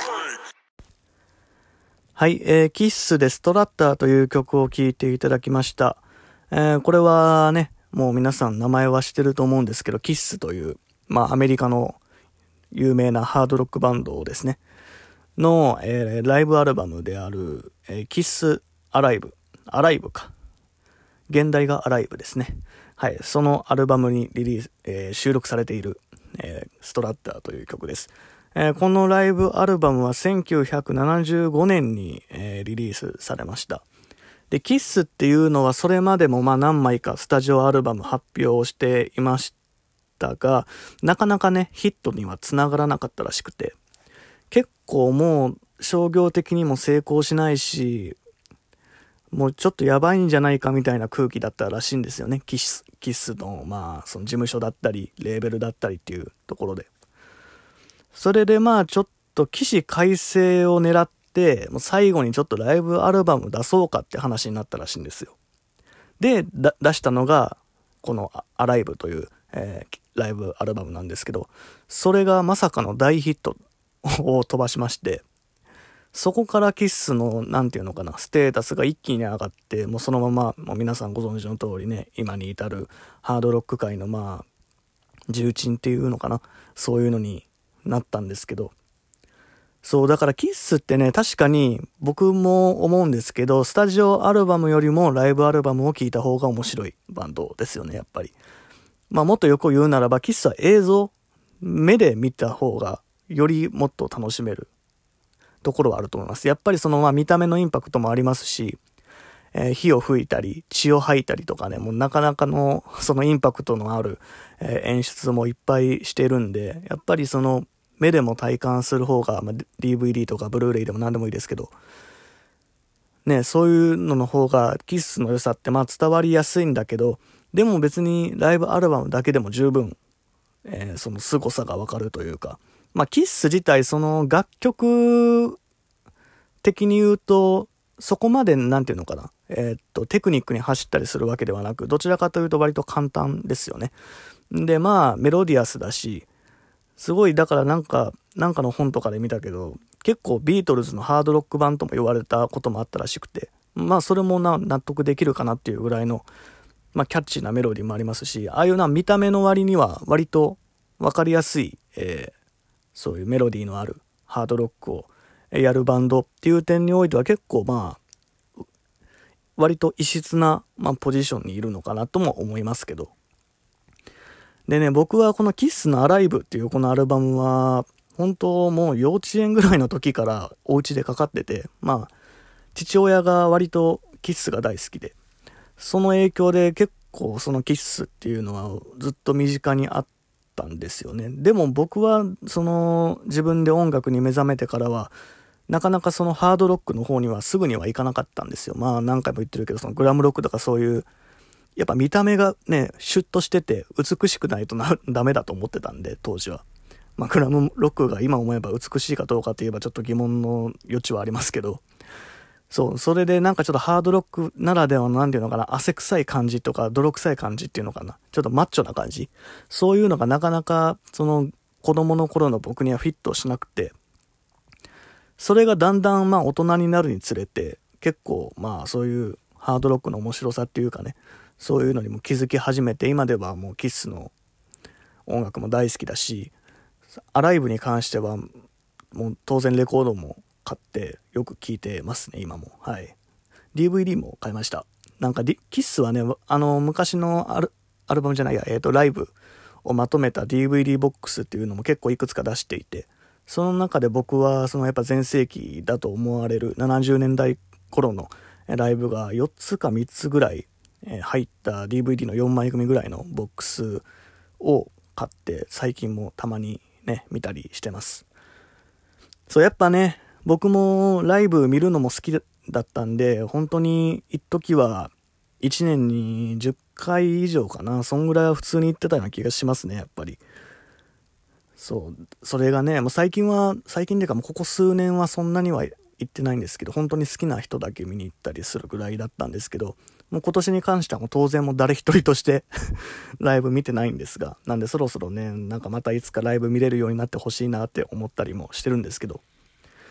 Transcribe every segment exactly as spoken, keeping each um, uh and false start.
はい、えー、キッスでストラッターという曲を聴いていただきました。えー、これはね、もう皆さん名前は知ってると思うんですけど、キッスという、まあアメリカの有名なハードロックバンドですね。の、えー、ライブアルバムである、えー、キッスアライブ。アライブか。現代がアライブですね。はい、そのアルバムにリリース、えー、収録されている、えー、ストラッターという曲です。えー、このライブアルバムはせんきゅうひゃくななじゅうごねんに、えー、リリースされました。で、キッスっていうのはそれまでもまあ何枚かスタジオアルバム発表していましたが、なかなかね、ヒットにはつながらなかったらしくて、結構もう商業的にも成功しないし、もうちょっとやばいんじゃないかみたいな空気だったらしいんですよね。キス、キスの、まあ、その事務所だったり、レーベルだったりっていうところで。それでまあ、ちょっと起死回生を狙って、もう最後にちょっとライブアルバム出そうかって話になったらしいんですよ。で、だ出したのが、このアライブという、えー、ライブアルバムなんですけど、それがまさかの大ヒットを飛ばしまして、そこからキッスの、なんていうのかな、ステータスが一気に上がって、もうそのまま、もう皆さんご存知の通りね、今に至るハードロック界のまあ、重鎮っていうのかな、そういうのになったんですけど、そう、だからキッスってね、確かに僕も思うんですけど、スタジオアルバムよりもライブアルバムを聴いた方が面白いバンドですよね、やっぱり。まあもっとよく言うならば、キッスは映像、目で見た方がよりもっと楽しめるところはあると思います。やっぱりそのまあ見た目のインパクトもありますし、えー、火を吹いたり血を吐いたりとかね、もうなかなかのそのインパクトのある、えー、演出もいっぱいしてるんで、やっぱりその目でも体感する方が、まあ、ディーブイディー とかブルーレイでも何でもいいですけどね、そういうのの方がキッスの良さってまあ伝わりやすいんだけど、でも別にライブアルバムだけでも十分、えー、その凄さがわかるというか、まあキッス自体その楽曲的に言うとそこまでなんていうのかな、えー、っとテクニックに走ったりするわけではなく、どちらかというと割と簡単ですよね。でまあメロディアスだし、すごいだからなんかなんかの本とかで見たけど、結構ビートルズのハードロック版とも言われたこともあったらしくて、まあそれもな納得できるかなっていうぐらいの、まあ、キャッチーなメロディーもありますし、ああいうな見た目の割には割と分かりやすい、えー、そういうメロディーのあるハードロックをやるバンドっていう点においては結構まあ割と異質な、まあ、ポジションにいるのかなとも思いますけど。でね、僕はこのキッスのアライブっていうこのアルバムは本当もう幼稚園ぐらいの時からお家でかかってて、まあ父親が割とキッスが大好きで、その影響で結構そのキッスっていうのはずっと身近にあったんですよね。でも僕はその自分で音楽に目覚めてからはなかなかそのハードロックの方にはすぐにはいかなかったんですよ。まあ何回も言ってるけど、そのグラムロックとかそういうやっぱ見た目がねシュッとしてて美しくないとなダメだと思ってたんで、当時は。まあグラムロックが今思えば美しいかどうかといえばちょっと疑問の余地はありますけど、そうそれでなんかちょっとハードロックならではのなんていうのかな、汗臭い感じとか泥臭い感じっていうのかな、ちょっとマッチョな感じ、そういうのがなかなかその子供の頃の僕にはフィットしなくて、それがだんだんまあ大人になるにつれて結構まあそういうハードロックの面白さっていうかね、そういうのにも気づき始めて、今ではもうキッスの音楽も大好きだし、アライブに関してはもう当然レコードも買ってよく聴いてますね今も。はい、 ディーブイディー も買いました。なんかキッスはね、あの昔のアルアルバムじゃないや、えーとライブをまとめた ディーブイディー ボックスっていうのも結構いくつか出していて、その中で僕はそのやっぱ全盛期だと思われるななじゅうねんだい頃のライブがよっつかみっつぐらい入った ディーブイディー のよんまい組ぐらいのボックスを買って最近もたまにね見たりしてます。そうやっぱね、僕もライブ見るのも好きだったんで、本当に一時はいちねんにじゅっかい以上かな、そんぐらいは普通に行ってたような気がしますね、やっぱり。そうそれがね、もう最近は最近でかもうここ数年はそんなには行ってないんですけど、本当に好きな人だけ見に行ったりするぐらいだったんですけど、もう今年に関してはもう当然もう誰一人としてライブ見てないんですが、なんでそろそろね、なんかまたいつかライブ見れるようになってほしいなって思ったりもしてるんですけど、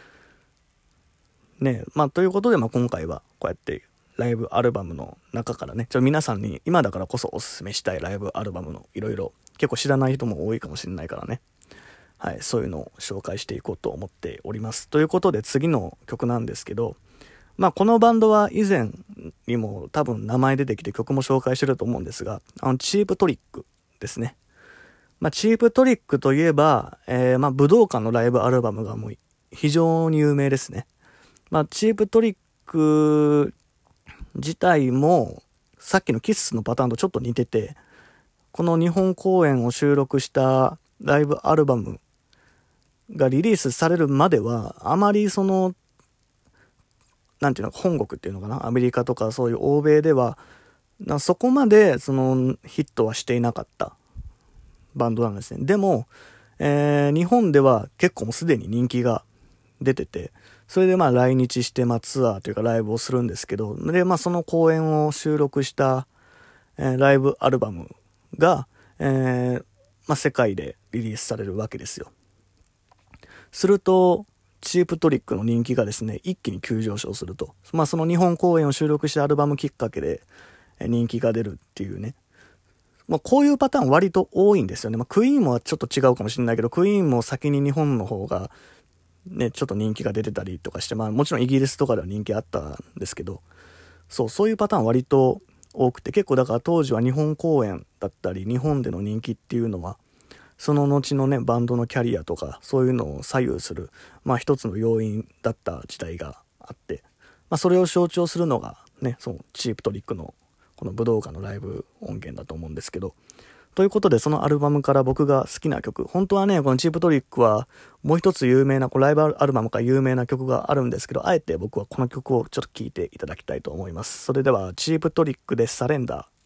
ね、まあということで、まあ今回はこうやってライブアルバムの中からね、ちょっと皆さんに今だからこそおすすめしたいライブアルバムのいろいろ結構知らない人も多いかもしれないからね。はい、そういうのを紹介していこうと思っております。ということで次の曲なんですけど、まあこのバンドは以前にも多分名前出てきて曲も紹介してると思うんですが、あのチープトリックですね。まあチープトリックといえば、えー、まあ武道館のライブアルバムがもう非常に有名ですね。まあチープトリック自体もさっきのキッスのパターンとちょっと似てて、この日本公演を収録したライブアルバムがリリースされるまではあまりそのなんていうの本国っていうのかな、アメリカとかそういう欧米ではなそこまでそのヒットはしていなかったバンドなんですね。でも、えー、日本では結構もうすでに人気が出てて、それでまあ来日して、まあ、ツアーというかライブをするんですけど、でまあその公演を収録した、えー、ライブアルバムが、えーまあ、世界でリリースされるわけですよ。するとチープトリックの人気がですね一気に急上昇すると、まあその日本公演を収録したアルバムきっかけで人気が出るっていうね、まあ、こういうパターン割と多いんですよね。まあ、クイーンもちょっと違うかもしれないけど、クイーンも先に日本の方がねちょっと人気が出てたりとかして、まあもちろんイギリスとかでは人気あったんですけど、そうそういうパターン割と多くて、結構だから当時は日本公演だったり日本での人気っていうのはその後のねバンドのキャリアとかそういうのを左右するまあ一つの要因だった時代があって、まあそれを象徴するのがねそのチープトリックのこの武道館のライブ音源だと思うんですけど、ということでそのアルバムから僕が好きな曲、本当はねこのチープトリックはもう一つ有名なこうライブアルバムから有名な曲があるんですけど、あえて僕はこの曲をちょっと聴いていただきたいと思います。それではチープトリックでサレンダー。